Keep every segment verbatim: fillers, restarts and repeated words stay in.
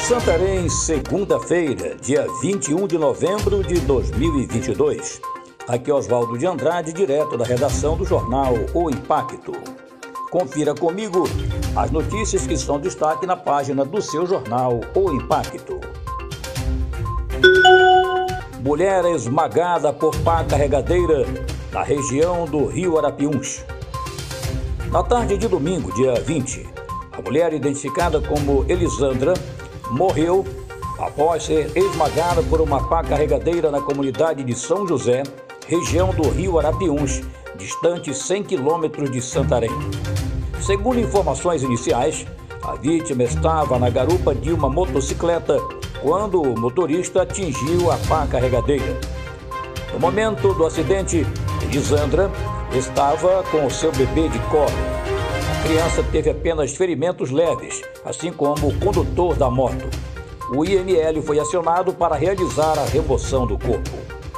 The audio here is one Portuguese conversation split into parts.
Santarém, segunda-feira, dia vinte e um de novembro de dois mil e vinte e dois. Aqui é Oswaldo de Andrade, direto da redação do jornal O Impacto. Confira comigo as notícias que são destaque na página do seu jornal O Impacto. Mulher esmagada por pá carregadeira na região do Rio Arapiuns. Na tarde de domingo, dia vinte, a mulher identificada como Elisandra morreu após ser esmagada por uma pá carregadeira na comunidade de São José, região do Rio Arapiuns, distante cem quilômetros de Santarém. Segundo informações iniciais, a vítima estava na garupa de uma motocicleta quando o motorista atingiu a pá carregadeira. No momento do acidente, Elisandra estava com o seu bebê de colo. A criança teve apenas ferimentos leves, assim como o condutor da moto. O I M L foi acionado para realizar a remoção do corpo.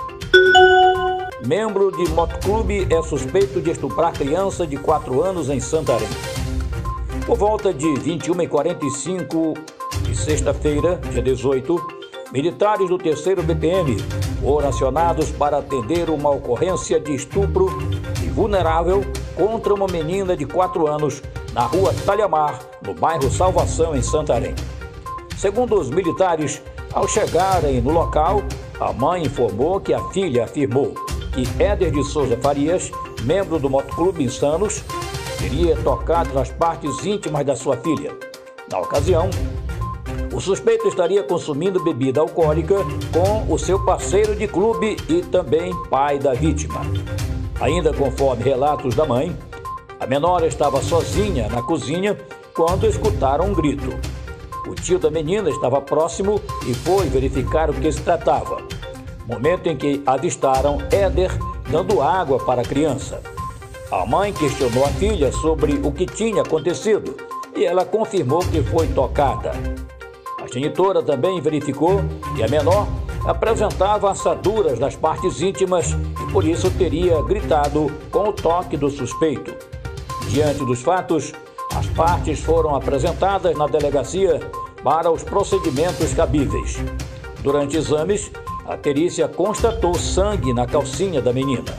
Membro de motoclube é suspeito de estuprar criança de quatro anos em Santarém. Por volta de vinte e uma e quarenta e cinco de sexta-feira, dia dezoito, militares do terceiro B P M foram acionados para atender uma ocorrência de estupro vulnerável contra uma menina de quatro anos na rua Talhamar, no bairro Salvação, em Santarém. Segundo os militares, ao chegarem no local, a mãe informou que a filha afirmou que Éder de Souza Farias, membro do motoclube Insanos, teria tocado nas partes íntimas da sua filha. Na ocasião, o suspeito estaria consumindo bebida alcoólica com o seu parceiro de clube e também pai da vítima. Ainda conforme relatos da mãe, a menor estava sozinha na cozinha quando escutaram um grito. O tio da menina estava próximo e foi verificar o que se tratava. Momento em que avistaram Éder dando água para a criança. A mãe questionou a filha sobre o que tinha acontecido e ela confirmou que foi tocada. A genitora também verificou que a menor apresentava assaduras nas partes íntimas e por isso teria gritado com o toque do suspeito. Diante dos fatos, as partes foram apresentadas na delegacia para os procedimentos cabíveis. Durante exames, a perícia constatou sangue na calcinha da menina.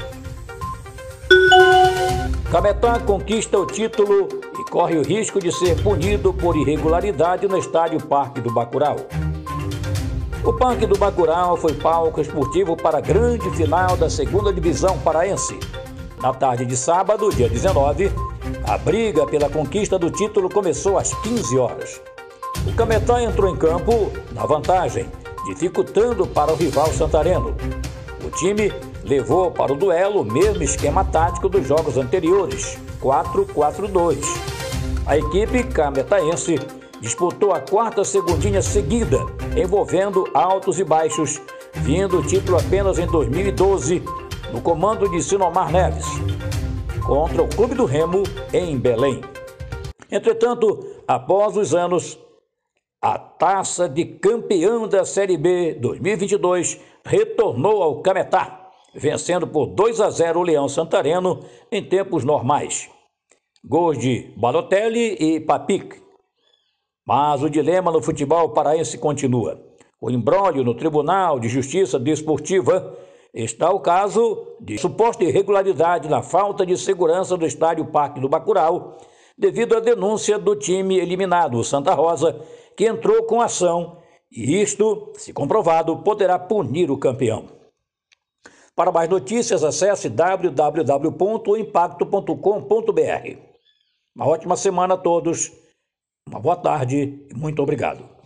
Cametá conquista o título e corre o risco de ser punido por irregularidade no estádio Parque do Bacurau. O Parque do Bacurau foi palco esportivo para a grande final da segunda divisão paraense. Na tarde de sábado, dia dezenove, a briga pela conquista do título começou às quinze horas. O Cametá entrou em campo na vantagem, dificultando para o rival santareno. O time levou para o duelo o mesmo esquema tático dos jogos anteriores, quatro quatro dois. A equipe cametaense disputou a quarta segundinha seguida, envolvendo altos e baixos, vindo o título apenas em dois mil e doze, no comando de Sinomar Neves, contra o Clube do Remo, em Belém. Entretanto, após os anos, a taça de campeão da Série B dois mil e vinte e dois retornou ao Cametá, vencendo por dois a zero o Leão Santareno em tempos normais. Gols de Balotelli e Papic. Mas o dilema no futebol paraense continua. O imbróglio no Tribunal de Justiça Desportiva está o caso de suposta irregularidade na falta de segurança do estádio Parque do Bacurau, devido à denúncia do time eliminado, o Santa Rosa, que entrou com ação e isto, se comprovado, poderá punir o campeão. Para mais notícias, acesse w w w ponto o impacto ponto com ponto b r. Uma ótima semana a todos. Uma boa tarde e muito obrigado.